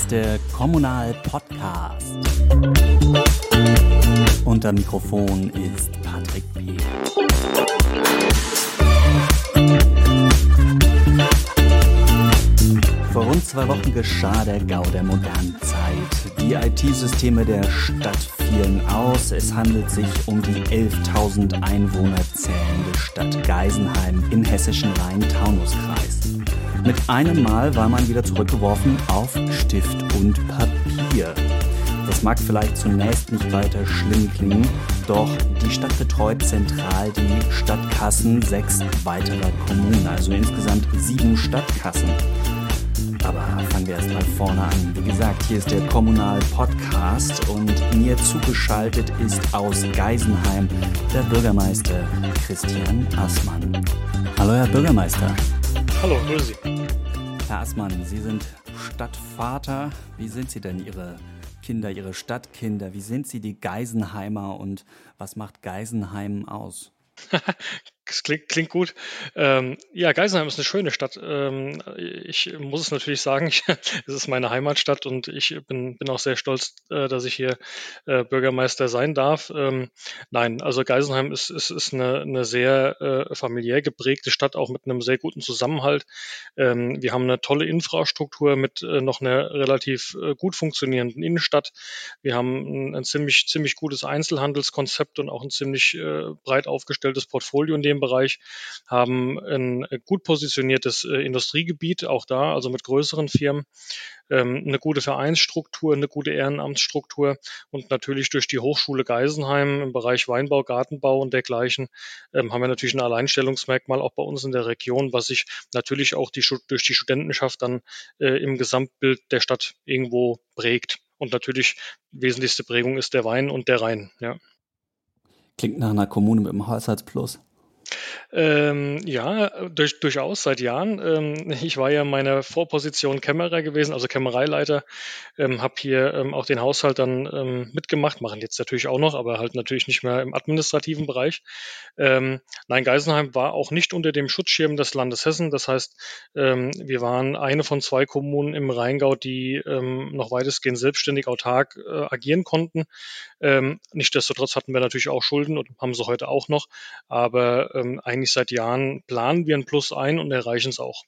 ist der Kommunal-Podcast. Und am Mikrofon ist Patrick P. Vor rund 2 Wochen geschah der GAU der modernen Zeit. Die IT-Systeme der Stadt fielen aus. Es handelt sich um die 11.000 Einwohner zählende Stadt Geisenheim im hessischen Rhein-Taunus-Kreis. Mit einem Mal war man wieder zurückgeworfen auf Stift und Papier. Das mag vielleicht zunächst nicht weiter schlimm klingen, doch die Stadt betreut zentral die Stadtkassen 6 weiterer Kommunen, also insgesamt 7 Stadtkassen. Aber fangen wir erst mal vorne an. Wie gesagt, hier ist der Kommunal-Podcast und mir zugeschaltet ist aus Geisenheim der Bürgermeister Christian Assmann. Hallo, Herr Bürgermeister. Hallo, grüße Sie. Herr Assmann, Sie sind Stadtvater. Wie sind Sie denn Ihre Kinder, Ihre Stadtkinder? Wie sind Sie die Geisenheimer und was macht Geisenheim aus? Das klingt gut. Ja, Geisenheim ist eine schöne Stadt. Ich muss es natürlich sagen, es ist meine Heimatstadt und ich bin auch sehr stolz, dass ich hier Bürgermeister sein darf. Nein, also Geisenheim ist eine sehr familiär geprägte Stadt, auch mit einem sehr guten Zusammenhalt. Wir haben eine tolle Infrastruktur mit noch einer relativ gut funktionierenden Innenstadt. Wir haben ein ziemlich gutes Einzelhandelskonzept und auch ein ziemlich breit aufgestelltes Portfolio in dem Bereich, haben ein gut positioniertes Industriegebiet, auch da, also mit größeren Firmen, eine gute Vereinsstruktur, eine gute Ehrenamtsstruktur und natürlich durch die Hochschule Geisenheim im Bereich Weinbau, Gartenbau und dergleichen haben wir natürlich ein Alleinstellungsmerkmal auch bei uns in der Region, was sich natürlich auch durch die Studentenschaft dann im Gesamtbild der Stadt irgendwo prägt. Und natürlich wesentlichste Prägung ist der Wein und der Rhein, ja. Klingt nach einer Kommune mit einem Haushaltsplus. Ja, durchaus seit Jahren. Ich war ja in meiner Vorposition Kämmerer gewesen, also Kämmereileiter, habe hier auch den Haushalt dann mitgemacht, machen jetzt natürlich auch noch, aber halt natürlich nicht mehr im administrativen Bereich. Nein, Geisenheim war auch nicht unter dem Schutzschirm des Landes Hessen. Das heißt, wir waren eine von 2 Kommunen im Rheingau, die noch weitestgehend selbstständig autark agieren konnten. Nichtsdestotrotz hatten wir natürlich auch Schulden und haben sie heute auch noch, aber eigentlich seit Jahren planen wir ein Plus ein und erreichen es auch.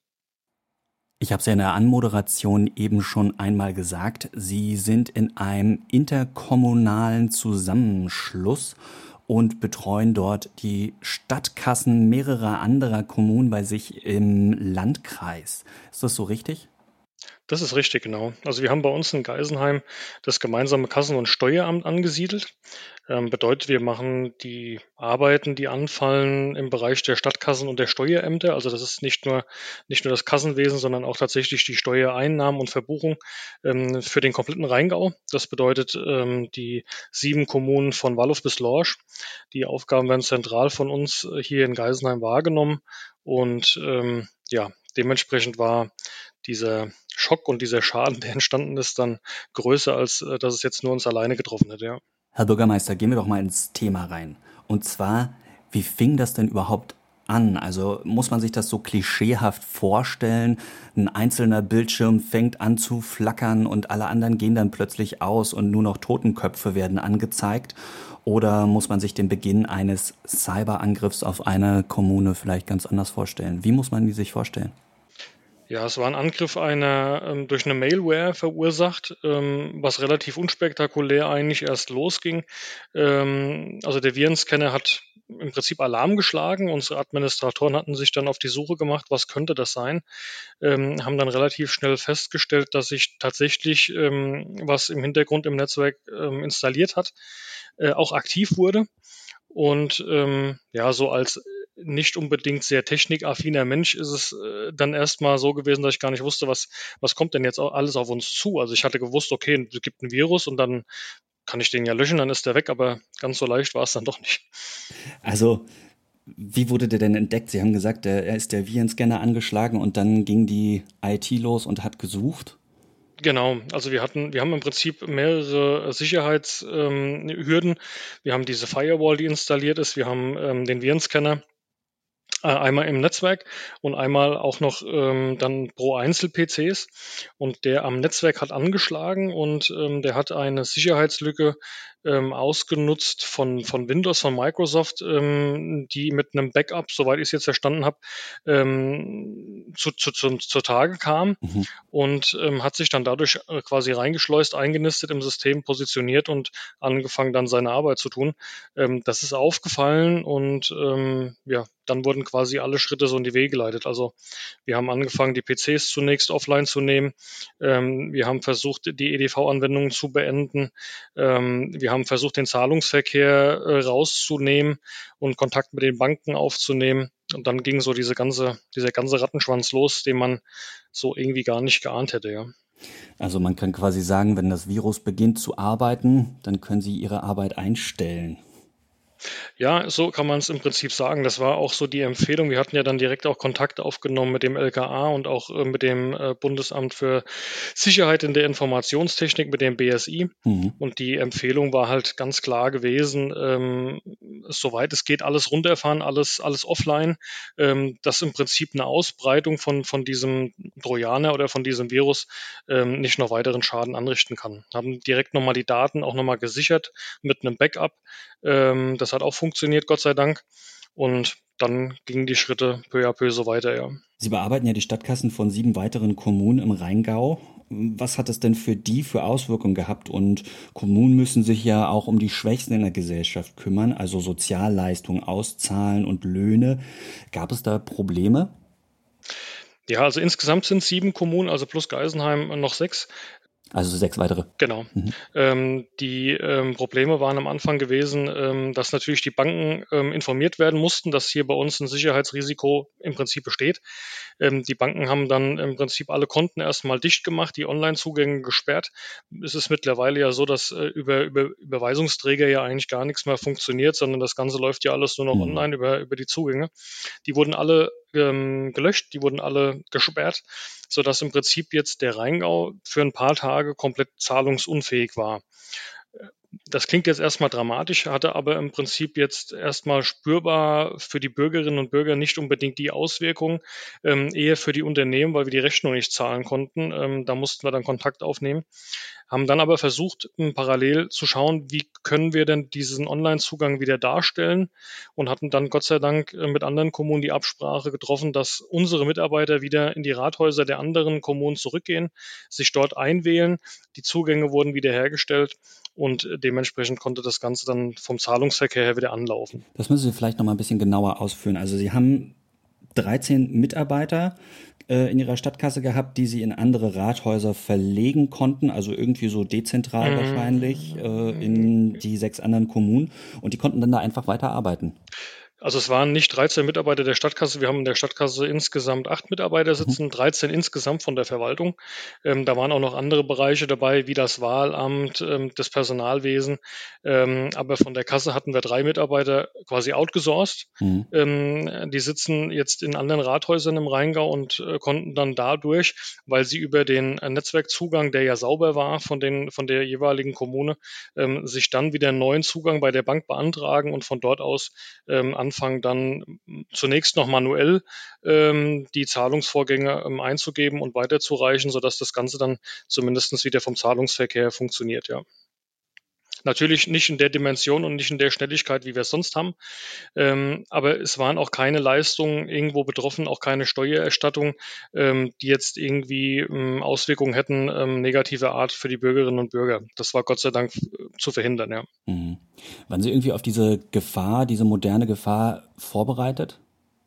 Ich habe es ja in der Anmoderation eben schon einmal gesagt, Sie sind in einem interkommunalen Zusammenschluss und betreuen dort die Stadtkassen mehrerer anderer Kommunen bei sich im Landkreis. Ist das so richtig? Das ist richtig, genau. Also wir haben bei uns in Geisenheim das gemeinsame Kassen- und Steueramt angesiedelt. Bedeutet, wir machen die Arbeiten, die anfallen im Bereich der Stadtkassen und der Steuerämter. Also das ist nicht nur das Kassenwesen, sondern auch tatsächlich die Steuereinnahmen und Verbuchung für den kompletten Rheingau. Das bedeutet die 7 Kommunen von Walluf bis Lorsch. Die Aufgaben werden zentral von uns hier in Geisenheim wahrgenommen. Und ja, dementsprechend war dieser Schock und dieser Schaden, der entstanden ist, dann größer, als dass es jetzt nur uns alleine getroffen hätte, ja. Herr Bürgermeister, gehen wir doch mal ins Thema rein. Und zwar, wie fing das denn überhaupt an? Also muss man sich das so klischeehaft vorstellen? Ein einzelner Bildschirm fängt an zu flackern und alle anderen gehen dann plötzlich aus und nur noch Totenköpfe werden angezeigt? Oder muss man sich den Beginn eines Cyberangriffs auf eine Kommune vielleicht ganz anders vorstellen? Wie muss man die sich vorstellen? Ja, es war ein Angriff durch eine Malware verursacht, was relativ unspektakulär eigentlich erst losging. Also der Virenscanner hat im Prinzip Alarm geschlagen. Unsere Administratoren hatten sich dann auf die Suche gemacht, was könnte das sein? Haben dann relativ schnell festgestellt, dass sich tatsächlich was im Hintergrund im Netzwerk installiert hat, auch aktiv wurde. Und ja, so als nicht unbedingt sehr technikaffiner Mensch ist es dann erstmal so gewesen, dass ich gar nicht wusste, was kommt denn jetzt alles auf uns zu. Also ich hatte gewusst, okay, es gibt ein Virus und dann kann ich den ja löschen, dann ist der weg, aber ganz so leicht war es dann doch nicht. Also, wie wurde der denn entdeckt? Sie haben gesagt, er ist der Virenscanner angeschlagen und dann ging die IT los und hat gesucht. Genau, also wir haben im Prinzip mehrere Sicherheitshürden. Wir haben diese Firewall, die installiert ist, wir haben den Virenscanner. Einmal im Netzwerk und einmal auch noch dann pro Einzel-PCs. Und der am Netzwerk hat angeschlagen und der hat eine Sicherheitslücke ausgenutzt von Windows, von Microsoft, die mit einem Backup, soweit ich es jetzt verstanden habe, zutage kam Mhm. und hat sich dann dadurch quasi reingeschleust, eingenistet im System, positioniert und angefangen dann seine Arbeit zu tun. Das ist aufgefallen und ja, dann wurden quasi alle Schritte so in die Wege geleitet. Also wir haben angefangen, die PCs zunächst offline zu nehmen. Wir haben versucht, die EDV-Anwendungen zu beenden. Wir haben versucht, den Zahlungsverkehr rauszunehmen und Kontakt mit den Banken aufzunehmen. Und dann ging so dieser ganze Rattenschwanz los, den man so irgendwie gar nicht geahnt hätte, ja. Also man kann quasi sagen, wenn das Virus beginnt zu arbeiten, dann können Sie Ihre Arbeit einstellen. Ja, so kann man es im Prinzip sagen. Das war auch so die Empfehlung. Wir hatten ja dann direkt auch Kontakt aufgenommen mit dem LKA und auch mit dem Bundesamt für Sicherheit in der Informationstechnik, mit dem BSI. Mhm. Und die Empfehlung war halt ganz klar gewesen, soweit es geht, alles runterfahren, alles offline, dass im Prinzip eine Ausbreitung von diesem Trojaner oder von diesem Virus nicht noch weiteren Schaden anrichten kann. Haben direkt nochmal die Daten auch nochmal gesichert mit einem Backup. Das hat auch funktioniert, Gott sei Dank. Und dann gingen die Schritte peu à peu so weiter, ja. Sie bearbeiten ja die Stadtkassen von 7 weiteren Kommunen im Rheingau. Was hat es denn für die für Auswirkungen gehabt? Und Kommunen müssen sich ja auch um die Schwächsten in der Gesellschaft kümmern, also Sozialleistungen auszahlen und Löhne. Gab es da Probleme? Ja, also insgesamt sind es 7 Kommunen, also plus Geisenheim noch 6. Also 6 weitere. Genau. Mhm. Die Probleme waren am Anfang gewesen, dass natürlich die Banken informiert werden mussten, dass hier bei uns ein Sicherheitsrisiko im Prinzip besteht. Die Banken haben dann im Prinzip alle Konten erstmal dicht gemacht, die Online-Zugänge gesperrt. Es ist mittlerweile ja so, dass über Überweisungsträger ja eigentlich gar nichts mehr funktioniert, sondern das Ganze läuft ja alles nur noch Mhm. online über die Zugänge. Die wurden alle gelöscht, die wurden alle gesperrt, sodass im Prinzip jetzt der Rheingau für ein paar Tage komplett zahlungsunfähig war. Das klingt jetzt erstmal dramatisch, hatte aber im Prinzip jetzt erstmal spürbar für die Bürgerinnen und Bürger nicht unbedingt die Auswirkung, eher für die Unternehmen, weil wir die Rechnung nicht zahlen konnten. Da mussten wir dann Kontakt aufnehmen, haben dann aber versucht, parallel zu schauen, wie können wir denn diesen Online-Zugang wieder darstellen und hatten dann Gott sei Dank mit anderen Kommunen die Absprache getroffen, dass unsere Mitarbeiter wieder in die Rathäuser der anderen Kommunen zurückgehen, sich dort einwählen, die Zugänge wurden wiederhergestellt und dementsprechend konnte das Ganze dann vom Zahlungsverkehr her wieder anlaufen. Das müssen Sie vielleicht noch mal ein bisschen genauer ausführen. Also Sie haben 13 Mitarbeiter in Ihrer Stadtkasse gehabt, die Sie in andere Rathäuser verlegen konnten, also irgendwie so dezentral wahrscheinlich in die 6 anderen Kommunen. Und die konnten dann da einfach weiterarbeiten. Also es waren nicht 13 Mitarbeiter der Stadtkasse. Wir haben in der Stadtkasse insgesamt 8 Mitarbeiter Mhm. sitzen, 13 insgesamt von der Verwaltung. Da waren auch noch andere Bereiche dabei, wie das Wahlamt, das Personalwesen. Aber von der Kasse hatten wir 3 Mitarbeiter quasi outgesourced. Mhm. Die sitzen jetzt in anderen Rathäusern im Rheingau und konnten dann dadurch, weil sie über den Netzwerkzugang, der ja sauber war von der jeweiligen Kommune, sich dann wieder einen neuen Zugang bei der Bank beantragen und von dort aus anfangen, dann zunächst noch manuell die Zahlungsvorgänge einzugeben und weiterzureichen, sodass das Ganze dann zumindest wieder vom Zahlungsverkehr funktioniert, ja. Natürlich nicht in der Dimension und nicht in der Schnelligkeit, wie wir es sonst haben. Aber es waren auch keine Leistungen irgendwo betroffen, auch keine Steuererstattung, die jetzt irgendwie Auswirkungen hätten, negativer Art für die Bürgerinnen und Bürger. Das war Gott sei Dank zu verhindern, ja. Mhm. Waren Sie irgendwie auf diese Gefahr, diese moderne Gefahr vorbereitet?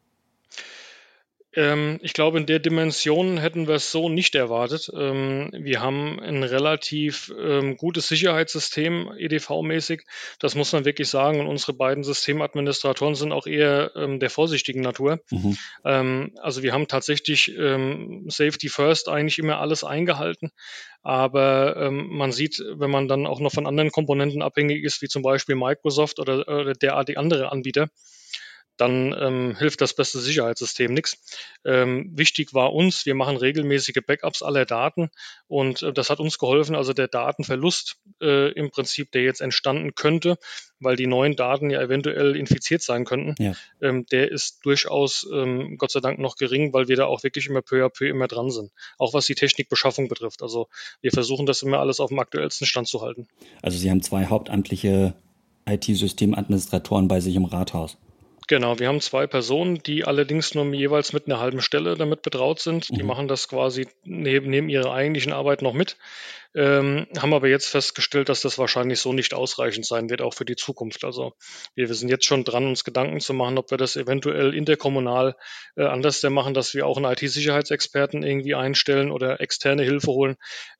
Ich glaube, in der Dimension hätten wir es so nicht erwartet. Wir haben ein relativ gutes Sicherheitssystem, EDV-mäßig. Das muss man wirklich sagen. Und unsere beiden Systemadministratoren sind auch eher der vorsichtigen Natur. Mhm. Also wir haben tatsächlich Safety First eigentlich immer alles eingehalten. Aber man sieht, wenn man dann auch noch von anderen Komponenten abhängig ist, wie zum Beispiel Microsoft oder derartige andere Anbieter, dann hilft das beste Sicherheitssystem nichts. Wichtig war uns, wir machen regelmäßige Backups aller Daten und das hat uns geholfen. Also der Datenverlust im Prinzip, der jetzt entstanden könnte, weil die neuen Daten ja eventuell infiziert sein könnten, Ja. Der ist durchaus Gott sei Dank noch gering, weil wir da auch wirklich immer peu à peu immer dran sind. Auch was die Technikbeschaffung betrifft. Also wir versuchen das immer alles auf dem aktuellsten Stand zu halten. Also Sie haben 2 hauptamtliche IT-Systemadministratoren bei sich im Rathaus. Genau, wir haben 2 Personen, die allerdings nur jeweils mit einer halben Stelle damit betraut sind. Die machen das quasi neben ihrer eigentlichen Arbeit noch mit, haben aber jetzt festgestellt, dass das wahrscheinlich so nicht ausreichend sein wird, auch für die Zukunft. Also wir sind jetzt schon dran, uns Gedanken zu machen, ob wir das eventuell interkommunal anders machen, dass wir auch einen IT-Sicherheitsexperten irgendwie einstellen oder externe Hilfe holen,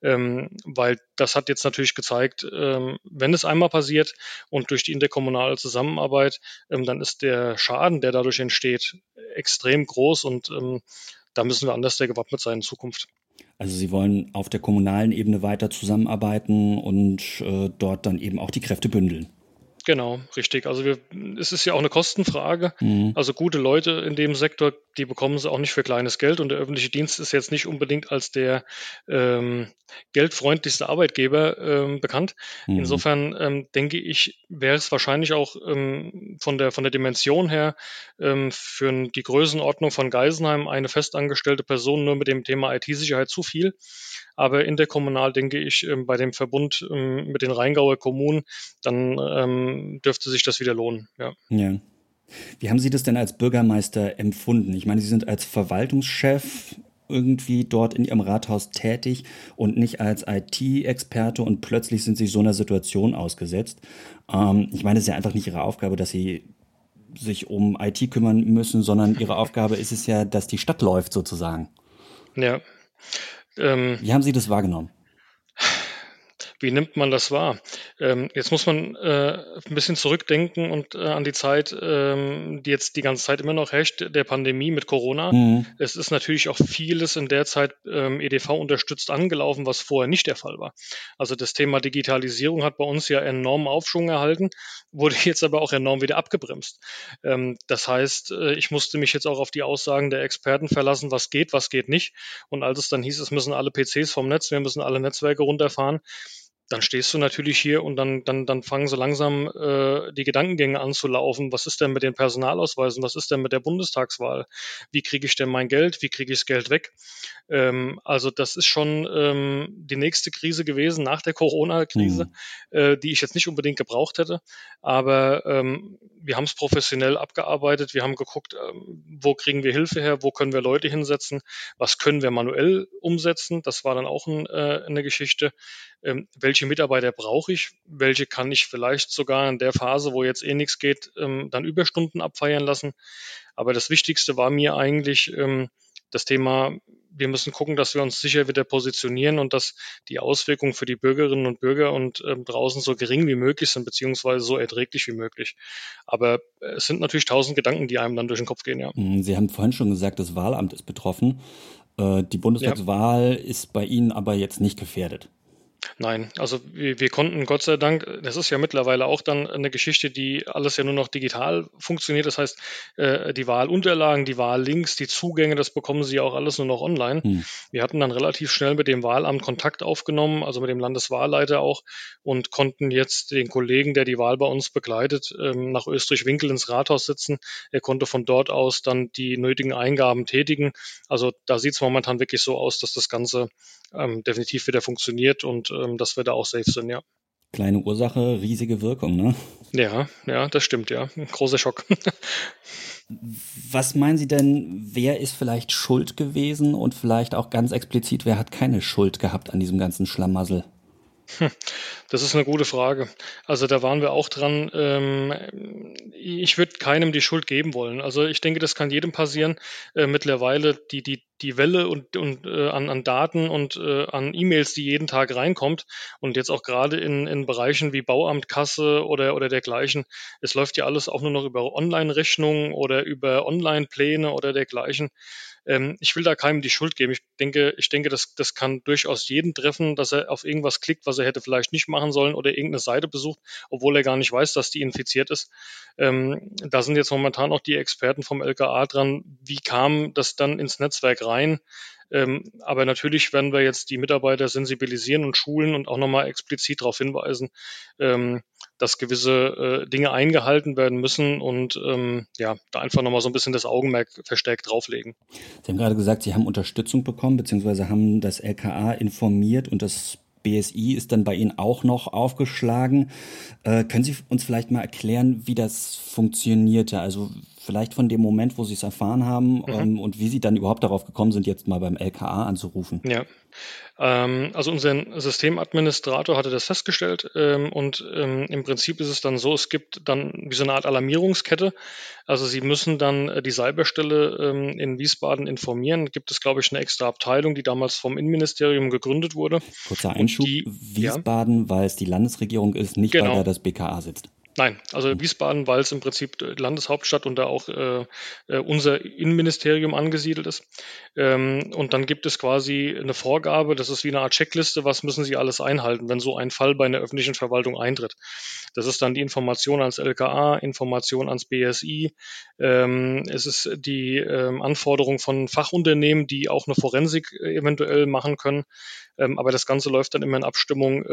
weil das hat jetzt natürlich gezeigt, wenn es einmal passiert und durch die interkommunale Zusammenarbeit, dann ist der Schaden, der dadurch entsteht, extrem groß und da müssen wir anders gewappnet sein in Zukunft. Also Sie wollen auf der kommunalen Ebene weiter zusammenarbeiten und dort dann eben auch die Kräfte bündeln. Genau, richtig. Also es ist ja auch eine Kostenfrage. Also gute Leute in dem Sektor, die bekommen sie auch nicht für kleines Geld und der öffentliche Dienst ist jetzt nicht unbedingt als der geldfreundlichste Arbeitgeber bekannt. Insofern denke ich, wäre es wahrscheinlich auch von der Dimension her für die Größenordnung von Geisenheim eine festangestellte Person nur mit dem Thema IT-Sicherheit zu viel. Aber interkommunal denke ich, bei dem Verbund mit den Rheingauer Kommunen, dann dürfte sich das wieder lohnen. Ja. Ja. Wie haben Sie das denn als Bürgermeister empfunden? Ich meine, Sie sind als Verwaltungschef irgendwie dort in Ihrem Rathaus tätig und nicht als IT-Experte und plötzlich sind Sie so einer Situation ausgesetzt. Ich meine, es ist ja einfach nicht Ihre Aufgabe, dass Sie sich um IT kümmern müssen, sondern Ihre Aufgabe ist es ja, dass die Stadt läuft sozusagen. Ja. Wie haben Sie das wahrgenommen? Wie nimmt man das wahr? Jetzt muss man ein bisschen zurückdenken und an die Zeit, die jetzt die ganze Zeit immer noch herrscht, der Pandemie mit Corona. Es ist natürlich auch vieles in der Zeit EDV unterstützt angelaufen, was vorher nicht der Fall war. Also das Thema Digitalisierung hat bei uns ja enormen Aufschwung erhalten, wurde jetzt aber auch enorm wieder abgebremst. Das heißt, ich musste mich jetzt auch auf die Aussagen der Experten verlassen, was geht nicht. Und als es dann hieß, es müssen alle PCs vom Netz, wir müssen alle Netzwerke runterfahren, dann stehst du natürlich hier und dann fangen so langsam die Gedankengänge an zu laufen. Was ist denn mit den Personalausweisen? Was ist denn mit der Bundestagswahl? Wie kriege ich denn mein Geld? Wie kriege ich das Geld weg? Also das ist schon die nächste Krise gewesen nach der Corona-Krise, die ich jetzt nicht unbedingt gebraucht hätte. Aber wir haben es professionell abgearbeitet. Wir haben geguckt, wo kriegen wir Hilfe her? Wo können wir Leute hinsetzen? Was können wir manuell umsetzen? Das war dann auch eine Geschichte. Welche Mitarbeiter brauche ich, welche kann ich vielleicht sogar in der Phase, wo jetzt eh nichts geht, dann Überstunden abfeiern lassen. Aber das Wichtigste war mir eigentlich das Thema, wir müssen gucken, dass wir uns sicher wieder positionieren und dass die Auswirkungen für die Bürgerinnen und Bürger und draußen so gering wie möglich sind, beziehungsweise so erträglich wie möglich. Aber es sind natürlich 1000 Gedanken, die einem dann durch den Kopf gehen, ja. Sie haben vorhin schon gesagt, das Wahlamt ist betroffen. Die Bundestagswahl ist bei Ihnen aber jetzt nicht gefährdet. Nein, also wir konnten Gott sei Dank, das ist ja mittlerweile auch dann eine Geschichte, die alles ja nur noch digital funktioniert. Das heißt, die Wahlunterlagen, die Wahllinks, die Zugänge, das bekommen Sie ja auch alles nur noch online. Wir hatten dann relativ schnell mit dem Wahlamt Kontakt aufgenommen, also mit dem Landeswahlleiter auch, und konnten jetzt den Kollegen, der die Wahl bei uns begleitet, nach Österreich-Winkel ins Rathaus sitzen. Er konnte von dort aus dann die nötigen Eingaben tätigen. Also da sieht es momentan wirklich so aus, dass das Ganze definitiv wieder funktioniert und dass wir da auch safe sind, ja. Kleine Ursache, riesige Wirkung, ne? Ja, das stimmt, ja. Ein großer Schock. Was meinen Sie denn, wer ist vielleicht schuld gewesen und vielleicht auch ganz explizit, wer hat keine Schuld gehabt an diesem ganzen Schlamassel? Das ist eine gute Frage. Also da waren wir auch dran. Ich würde keinem die Schuld geben wollen. Also ich denke, das kann jedem passieren. Mittlerweile, die die Welle an Daten und an E-Mails, die jeden Tag reinkommt und jetzt auch gerade in Bereichen wie Bauamt, Kasse oder dergleichen, es läuft ja alles auch nur noch über Online-Rechnungen oder über Online-Pläne oder dergleichen. Ich will da keinem die Schuld geben. Ich denke, das kann durchaus jeden treffen, dass er auf irgendwas klickt, was er hätte vielleicht nicht machen sollen oder irgendeine Seite besucht, obwohl er gar nicht weiß, dass die infiziert ist. Da sind jetzt momentan auch die Experten vom LKA dran. Wie kam das dann ins Netzwerk rein? Aber natürlich werden wir jetzt die Mitarbeiter sensibilisieren und schulen und auch nochmal explizit darauf hinweisen, dass gewisse Dinge eingehalten werden müssen und ja, da einfach nochmal so ein bisschen das Augenmerk verstärkt drauflegen. Sie haben gerade gesagt, Sie haben Unterstützung bekommen, beziehungsweise haben das LKA informiert und das BSI ist dann bei Ihnen auch noch aufgeschlagen. Können Sie uns vielleicht mal erklären, wie das funktionierte? Also vielleicht von dem Moment, wo Sie es erfahren haben, und wie Sie dann überhaupt darauf gekommen sind, jetzt mal beim LKA anzurufen. Ja, also unser Systemadministrator hatte das festgestellt und im Prinzip ist es dann so, es gibt dann wie so eine Art Alarmierungskette. Also Sie müssen dann die Cyberstelle in Wiesbaden informieren. Gibt es, glaube ich, eine extra Abteilung, die damals vom Innenministerium gegründet wurde. Kurzer Und Einschub, die, ja, Wiesbaden, weil es die Landesregierung ist, nicht weil da genau. das BKA sitzt. Nein, also Wiesbaden, weil es im Prinzip Landeshauptstadt und da auch unser Innenministerium angesiedelt ist. Und dann gibt es quasi eine Vorgabe, das ist wie eine Art Checkliste, was müssen Sie alles einhalten, wenn so ein Fall bei einer öffentlichen Verwaltung eintritt. Das ist dann die Information ans LKA, Information ans BSI. Es ist die Anforderung von Fachunternehmen, die auch eine Forensik eventuell machen können. Aber das Ganze läuft dann immer in Abstimmung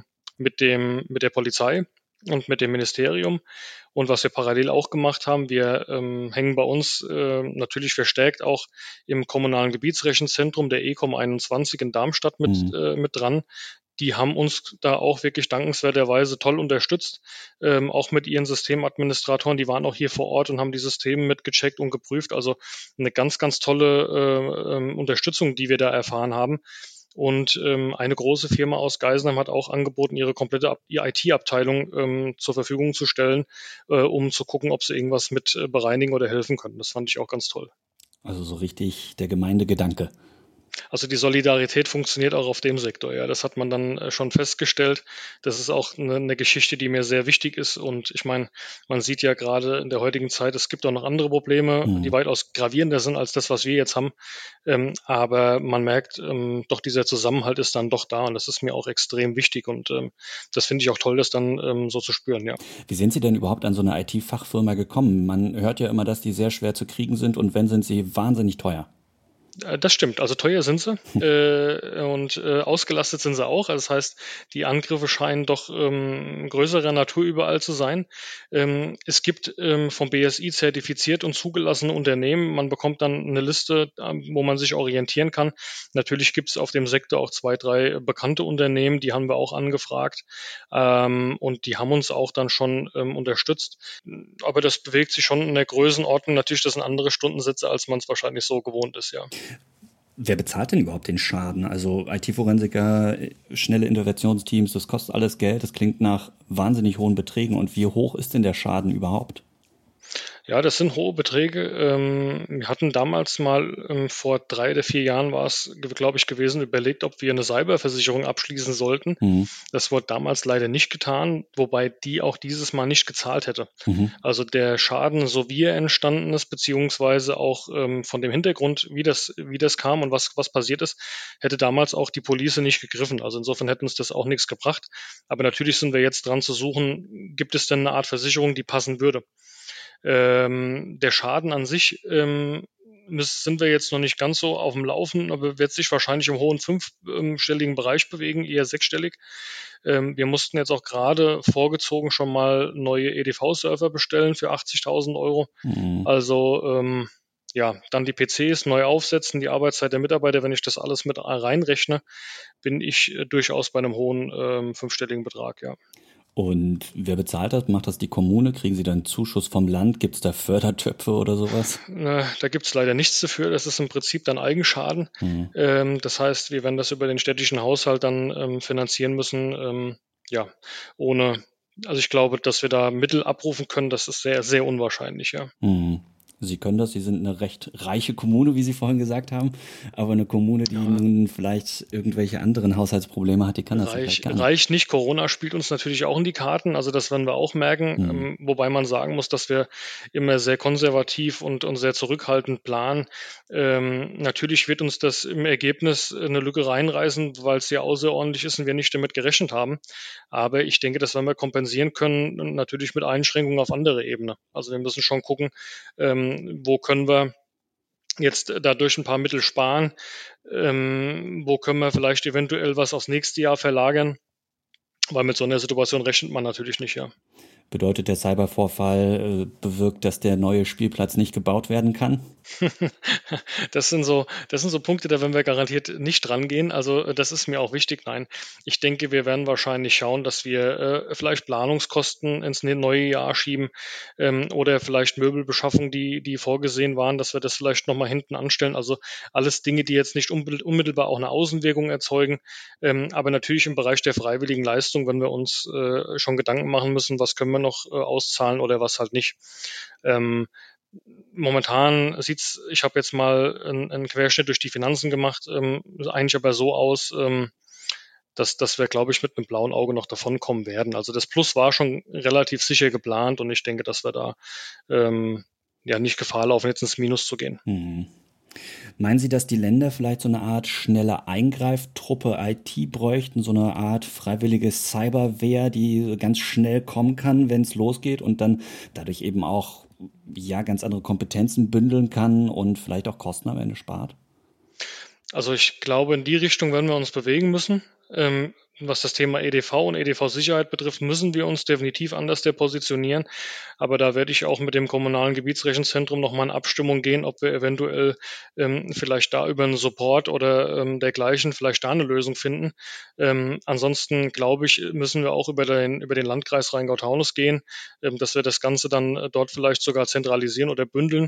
mit der Polizei und mit dem Ministerium. Und was wir parallel auch gemacht haben, wir hängen bei uns natürlich verstärkt auch im kommunalen Gebietsrechenzentrum der ECOM 21 in Darmstadt mit dran. Die haben uns da auch wirklich dankenswerterweise toll unterstützt, auch mit ihren Systemadministratoren. Die waren auch hier vor Ort und haben die Systeme mitgecheckt und geprüft. Also eine ganz, ganz tolle Unterstützung, die wir da erfahren haben. Und eine große Firma aus Geisenheim hat auch angeboten, ihre komplette IT-Abteilung zur Verfügung zu stellen, um zu gucken, ob sie irgendwas mit bereinigen oder helfen können. Das fand ich auch ganz toll. Also so richtig der Gemeindegedanke. Also die Solidarität funktioniert auch auf dem Sektor, ja. Das hat man dann schon festgestellt. Das ist auch eine Geschichte, die mir sehr wichtig ist. Und ich meine, man sieht ja gerade in der heutigen Zeit, es gibt auch noch andere Probleme, die weitaus gravierender sind als das, was wir jetzt haben. Aber man merkt, doch dieser Zusammenhalt ist dann doch da und das ist mir auch extrem wichtig. Und das finde ich auch toll, das dann so zu spüren, ja. Wie sind Sie denn überhaupt an so eine IT-Fachfirma gekommen? Man hört ja immer, dass die sehr schwer zu kriegen sind und wenn, sind sie wahnsinnig teuer. Das stimmt. Also teuer sind sie und ausgelastet sind sie auch. Also das heißt, die Angriffe scheinen doch größerer Natur überall zu sein. Es gibt vom BSI zertifiziert und zugelassene Unternehmen. Man bekommt dann eine Liste, wo man sich orientieren kann. Natürlich gibt es auf dem Sektor auch 2, 3 bekannte Unternehmen, die haben wir auch angefragt und die haben uns auch dann schon unterstützt. Aber das bewegt sich schon in der Größenordnung. Natürlich, das sind andere Stundensätze, als man es wahrscheinlich so gewohnt ist, ja. Wer bezahlt denn überhaupt den Schaden? Also IT-Forensiker, schnelle Interventionsteams, das kostet alles Geld, das klingt nach wahnsinnig hohen Beträgen. Und wie hoch ist denn der Schaden überhaupt? Ja, das sind hohe Beträge. Wir hatten damals mal, vor 3 oder 4 Jahren war es, glaube ich, gewesen, überlegt, ob wir eine Cyberversicherung abschließen sollten. Das wurde damals leider nicht getan, wobei die auch dieses Mal nicht gezahlt hätte. Also der Schaden, so wie er entstanden ist, beziehungsweise auch von dem Hintergrund, wie das kam und was passiert ist, hätte damals auch die Police nicht gegriffen. Also insofern hätte uns das auch nichts gebracht. Aber natürlich sind wir jetzt dran zu suchen, gibt es denn eine Art Versicherung, die passen würde? Der Schaden an sich sind wir jetzt noch nicht ganz so auf dem Laufen, aber wird sich wahrscheinlich im hohen fünfstelligen Bereich bewegen, eher sechsstellig. Wir mussten jetzt auch gerade vorgezogen schon mal neue EDV-Server bestellen für 80.000 Euro. Also ja, dann die PCs neu aufsetzen, die Arbeitszeit der Mitarbeiter, wenn ich das alles mit reinrechne, bin ich durchaus bei einem hohen fünfstelligen Betrag, ja. Und wer bezahlt das? Macht das die Kommune? Kriegen Sie dann Zuschuss vom Land? Gibt es da Fördertöpfe oder sowas? Da gibt es leider nichts dafür. Das ist im Prinzip dann Eigenschaden. Das heißt, wir werden das über den städtischen Haushalt dann finanzieren müssen. Ja, ohne, also ich glaube, dass wir da Mittel abrufen können, das ist sehr, sehr unwahrscheinlich, ja. Sie können das, Sie sind eine recht reiche Kommune, wie Sie vorhin gesagt haben, aber eine Kommune, die Ja, nun vielleicht irgendwelche anderen Haushaltsprobleme hat, die kann das ja vielleicht gar nicht. reicht nicht. Corona spielt uns natürlich auch in die Karten. Also das werden wir auch merken. Hm. Wobei man sagen muss, dass wir immer sehr konservativ und sehr zurückhaltend planen. Natürlich wird uns das im Ergebnis eine Lücke reinreißen, weil es sehr außerordentlich ist und wir nicht damit gerechnet haben. Aber ich denke, das werden wir kompensieren können, natürlich mit Einschränkungen auf andere Ebene. Also wir müssen schon gucken, wo können wir jetzt dadurch ein paar Mittel sparen, wo können wir vielleicht eventuell was aufs nächste Jahr verlagern, weil mit so einer Situation rechnet man natürlich nicht, ja. Bedeutet der Cybervorfall bewirkt, dass der neue Spielplatz nicht gebaut werden kann? Das sind so Punkte, da werden wir garantiert nicht dran gehen. Also das ist mir auch wichtig. Nein, ich denke, wir werden wahrscheinlich schauen, dass wir vielleicht Planungskosten ins neue Jahr schieben oder vielleicht Möbelbeschaffung, die vorgesehen waren, dass wir das vielleicht nochmal hinten anstellen. Also alles Dinge, die jetzt nicht unmittelbar auch eine Außenwirkung erzeugen. Aber natürlich im Bereich der freiwilligen Leistung, wenn wir uns schon Gedanken machen müssen, was können wir noch auszahlen oder was halt nicht. Ähm, Momentan sieht's, ich habe jetzt mal einen Querschnitt durch die Finanzen gemacht, eigentlich aber so aus, dass wir, glaube ich, mit einem blauen Auge noch davonkommen werden. Also das Plus war schon relativ sicher geplant und ich denke, dass wir da ja nicht Gefahr laufen, jetzt ins Minus zu gehen. Hm. Meinen Sie, dass die Länder vielleicht so eine Art schnelle Eingreiftruppe IT bräuchten, so eine Art freiwillige Cyberwehr, die ganz schnell kommen kann, wenn es losgeht und dann dadurch eben auch ja ganz andere Kompetenzen bündeln kann und vielleicht auch Kosten am Ende spart? Also ich glaube, in die Richtung werden wir uns bewegen müssen. Was das Thema EDV und EDV-Sicherheit betrifft, müssen wir uns definitiv anders positionieren. Aber da werde ich auch mit dem kommunalen Gebietsrechenzentrum nochmal in Abstimmung gehen, ob wir eventuell vielleicht da über einen Support oder dergleichen vielleicht da eine Lösung finden. Ansonsten glaube ich, müssen wir auch über den Landkreis Rheingau-Taunus gehen, dass wir das Ganze dann dort vielleicht sogar zentralisieren oder bündeln,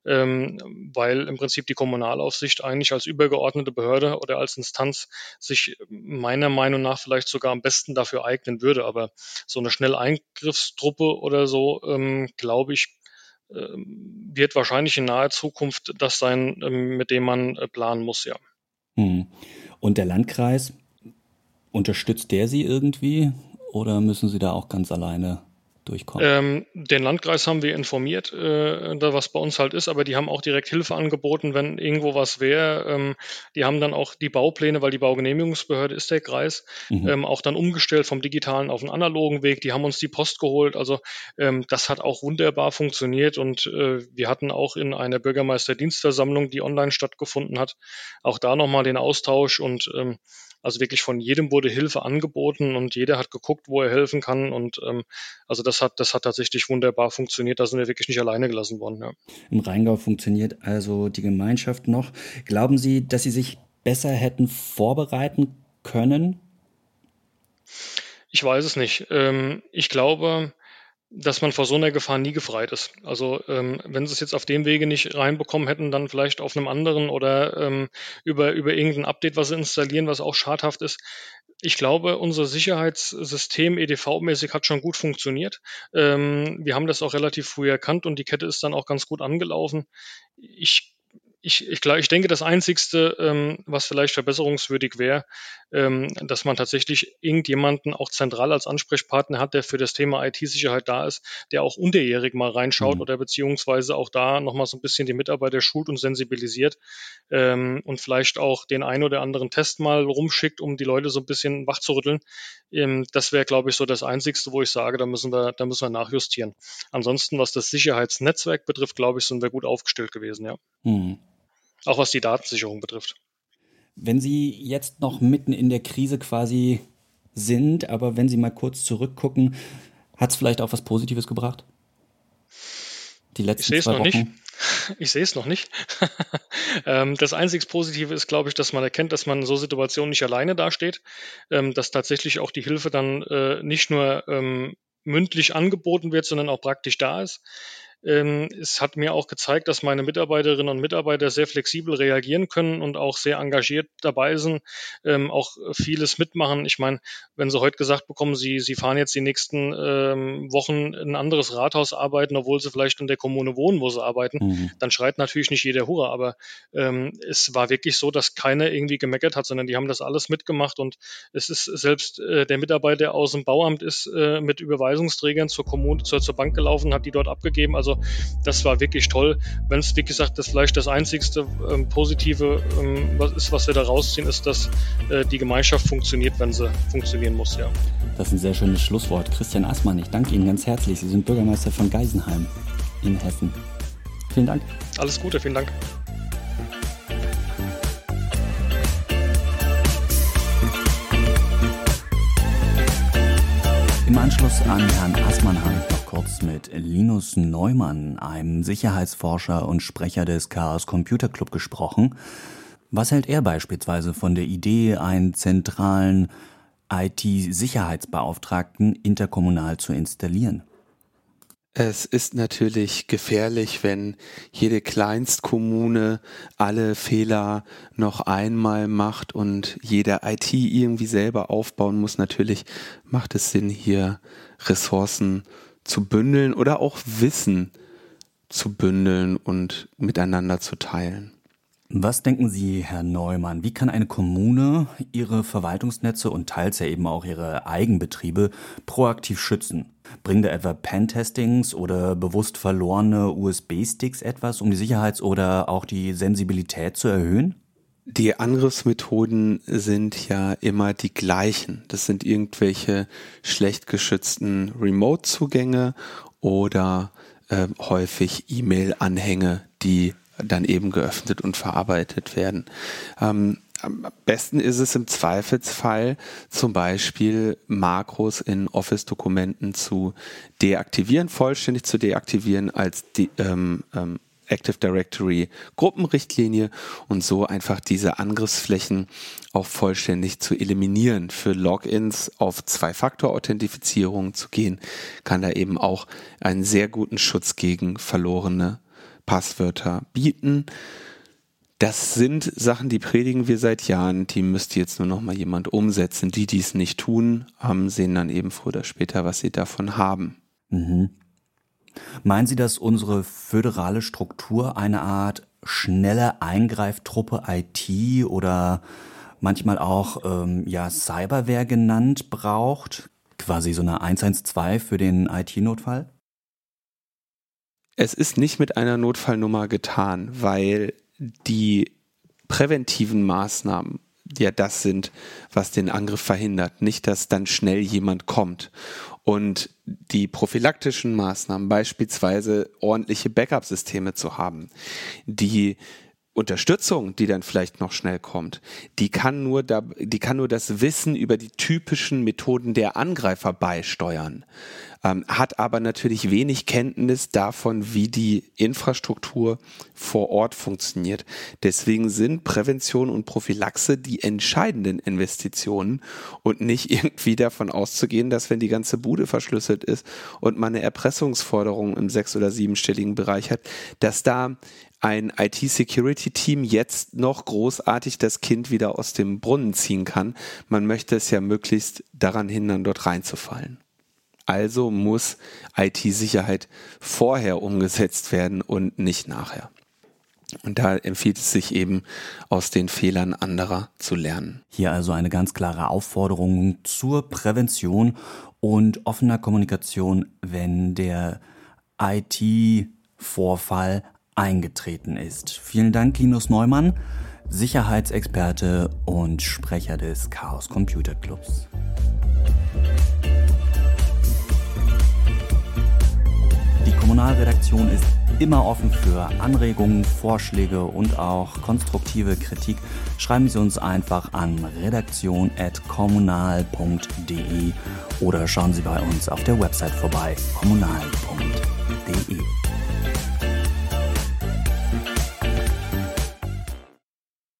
weil im Prinzip die Kommunalaufsicht eigentlich als übergeordnete Behörde oder als Instanz sich meiner Meinung nach vielleicht sogar am besten dafür eignen würde. Aber so eine Schnelleingriffstruppe oder so, glaube ich, wird wahrscheinlich in naher Zukunft das sein, mit dem man planen muss, ja. Hm. Und der Landkreis, unterstützt der Sie irgendwie oder müssen Sie da auch ganz alleine durchkommen? Den Landkreis haben wir informiert, was bei uns halt ist, aber die haben auch direkt Hilfe angeboten, wenn irgendwo was wäre. Die haben dann auch die Baupläne, weil die Baugenehmigungsbehörde ist der Kreis, Mhm. auch dann umgestellt vom digitalen auf den analogen Weg. Die haben uns die Post geholt. Also das hat auch wunderbar funktioniert und wir hatten auch in einer Bürgermeisterdienstversammlung, die online stattgefunden hat, auch da nochmal den Austausch und also wirklich von jedem wurde Hilfe angeboten und jeder hat geguckt, wo er helfen kann und also das hat tatsächlich wunderbar funktioniert. Da sind wir wirklich nicht alleine gelassen worden. Ja. Im Rheingau funktioniert also die Gemeinschaft noch. Glauben Sie, dass Sie sich besser hätten vorbereiten können? Ich weiß es nicht. Ich glaube, dass man vor so einer Gefahr nie gefreit ist. Also wenn sie es jetzt auf dem Wege nicht reinbekommen hätten, dann vielleicht auf einem anderen oder über irgendein Update, was sie installieren, was auch schadhaft ist. Ich glaube, unser Sicherheitssystem EDV-mäßig hat schon gut funktioniert. Wir haben das auch relativ früh erkannt und die Kette ist dann auch ganz gut angelaufen. Ich ich denke, das Einzigste, was vielleicht verbesserungswürdig wäre, dass man tatsächlich irgendjemanden auch zentral als Ansprechpartner hat, der für das Thema IT-Sicherheit da ist, der auch unterjährig mal reinschaut Hm. oder beziehungsweise auch da nochmal so ein bisschen die Mitarbeiter schult und sensibilisiert und vielleicht auch den einen oder anderen Test mal rumschickt, um die Leute so ein bisschen wachzurütteln. Das wäre, glaube ich, so das Einzigste, wo ich sage, da müssen wir nachjustieren. Ansonsten, was das Sicherheitsnetzwerk betrifft, glaube ich, sind wir gut aufgestellt gewesen, ja. Hm. Auch was die Datensicherung betrifft. Wenn Sie jetzt noch mitten in der Krise quasi sind, aber wenn Sie mal kurz zurückgucken, hat es vielleicht auch was Positives gebracht? Die Ich letzten sehe es zwei noch nicht. Wochen? Ich sehe es noch nicht. Das einzig Positive ist, glaube ich, dass man erkennt, dass man in so Situationen nicht alleine dasteht, dass tatsächlich auch die Hilfe dann nicht nur mündlich angeboten wird, sondern auch praktisch da ist. es hat mir auch gezeigt, dass meine Mitarbeiterinnen und Mitarbeiter sehr flexibel reagieren können und auch sehr engagiert dabei sind, auch vieles mitmachen. Ich meine, wenn sie heute gesagt bekommen, sie fahren jetzt die nächsten Wochen in ein anderes Rathaus arbeiten, obwohl sie vielleicht in der Kommune wohnen, wo sie arbeiten, dann schreit natürlich nicht jeder Hurra. Aber es war wirklich so, dass keiner irgendwie gemeckert hat, sondern die haben das alles mitgemacht. Und es ist selbst der Mitarbeiter aus dem Bauamt ist mit Überweisungsträgern zur Kommune, zur Bank gelaufen, hat die dort abgegeben. Also das war wirklich toll. Wenn es, wie gesagt, das vielleicht das einzigste Positive was wir da rausziehen, ist, dass die Gemeinschaft funktioniert, wenn sie funktionieren muss, ja. Das ist ein sehr schönes Schlusswort. Christian Assmann, ich danke Ihnen ganz herzlich. Sie sind Bürgermeister von Geisenheim in Hessen. Vielen Dank. Alles Gute, vielen Dank. Im Anschluss an Herrn Assmann habe ich noch kurz mit Linus Neumann, einem Sicherheitsforscher und Sprecher des Chaos Computer Club, gesprochen. Was hält er beispielsweise von der Idee, einen zentralen IT-Sicherheitsbeauftragten interkommunal zu installieren? Es ist natürlich gefährlich, wenn jede Kleinstkommune alle Fehler noch einmal macht und jede IT irgendwie selber aufbauen muss. Natürlich macht es Sinn, hier Ressourcen zu bündeln oder auch Wissen zu bündeln und miteinander zu teilen. Was denken Sie, Herr Neumann, wie kann eine Kommune ihre Verwaltungsnetze und teils ja eben auch ihre Eigenbetriebe proaktiv schützen? Bringen da etwa Pentestings oder bewusst verlorene USB-Sticks etwas, um die Sicherheits- oder auch die Sensibilität zu erhöhen? Die Angriffsmethoden sind ja immer die gleichen. Das sind irgendwelche schlecht geschützten Remote-Zugänge oder häufig E-Mail-Anhänge, die dann eben geöffnet und verarbeitet werden. Am besten ist es im Zweifelsfall zum Beispiel Makros in Office-Dokumenten zu deaktivieren, vollständig zu deaktivieren als Active Directory Gruppenrichtlinie und so einfach diese Angriffsflächen auch vollständig zu eliminieren. Für Logins auf Zwei-Faktor-Authentifizierung zu gehen, kann da eben auch einen sehr guten Schutz gegen verlorene Passwörter bieten. Das sind Sachen, die predigen wir seit Jahren, die müsste jetzt nur noch mal jemand umsetzen. Die es nicht tun, sehen dann eben früher oder später, was sie davon haben. Mhm. Meinen Sie, dass unsere föderale Struktur eine Art schnelle Eingreiftruppe IT oder manchmal auch Cyberware genannt braucht? Quasi so eine 112 für den IT-Notfall? Es ist nicht mit einer Notfallnummer getan, weil die präventiven Maßnahmen ja das sind, was den Angriff verhindert. Nicht, dass dann schnell jemand kommt. Und die prophylaktischen Maßnahmen, beispielsweise ordentliche Backup-Systeme zu haben, die Unterstützung, die dann vielleicht noch schnell kommt, die kann nur das Wissen über die typischen Methoden der Angreifer beisteuern, hat aber natürlich wenig Kenntnis davon, wie die Infrastruktur vor Ort funktioniert. Deswegen sind Prävention und Prophylaxe die entscheidenden Investitionen und nicht irgendwie davon auszugehen, dass wenn die ganze Bude verschlüsselt ist und man eine Erpressungsforderung im 6- oder 7-stelligen Bereich hat, dass da ein IT-Security-Team jetzt noch großartig das Kind wieder aus dem Brunnen ziehen kann. Man möchte es ja möglichst daran hindern, dort reinzufallen. Also muss IT-Sicherheit vorher umgesetzt werden und nicht nachher. Und da empfiehlt es sich eben, aus den Fehlern anderer zu lernen. Hier also eine ganz klare Aufforderung zur Prävention und offener Kommunikation, wenn der IT-Vorfall eingetreten ist. Vielen Dank, Linus Neumann, Sicherheitsexperte und Sprecher des Chaos Computer Clubs. Die Kommunalredaktion ist immer offen für Anregungen, Vorschläge und auch konstruktive Kritik. Schreiben Sie uns einfach an redaktion@kommunal.de oder schauen Sie bei uns auf der Website vorbei, kommunal.de.